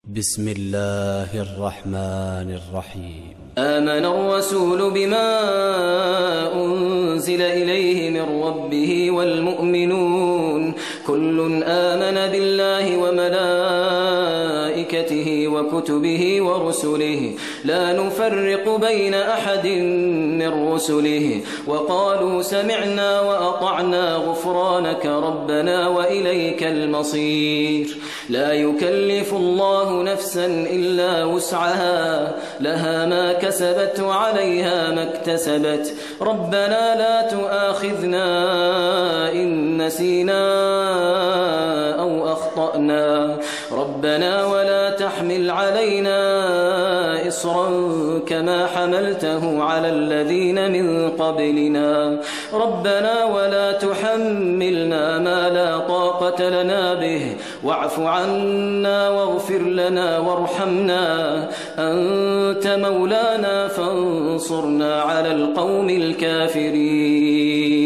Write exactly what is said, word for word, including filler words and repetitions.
بسم الله الرحمن الرحيم. آمن الرسول بما أنزل إليه من ربه والمؤمنون كل آمن بالله وملائكته وكتبه ورسله لا نفرق بين أحد من رسله وقالوا سمعنا وأطعنا غفرانك ربنا وإليك المصير. لا يكلف الله نفسا إلا وسعها لها ما كسبت وعليها ما اكتسبت ربنا لا تؤاخذنا إن نسينا أو أخطأنا ربنا ولا تحمل علينا إصرا كما حملته على الذين من قبلنا ربنا ولا تحملنا ما لا طاقة لنا به واعف عنا واغفر لنا وارحمنا أنت مولانا فانصرنا على القوم الكافرين.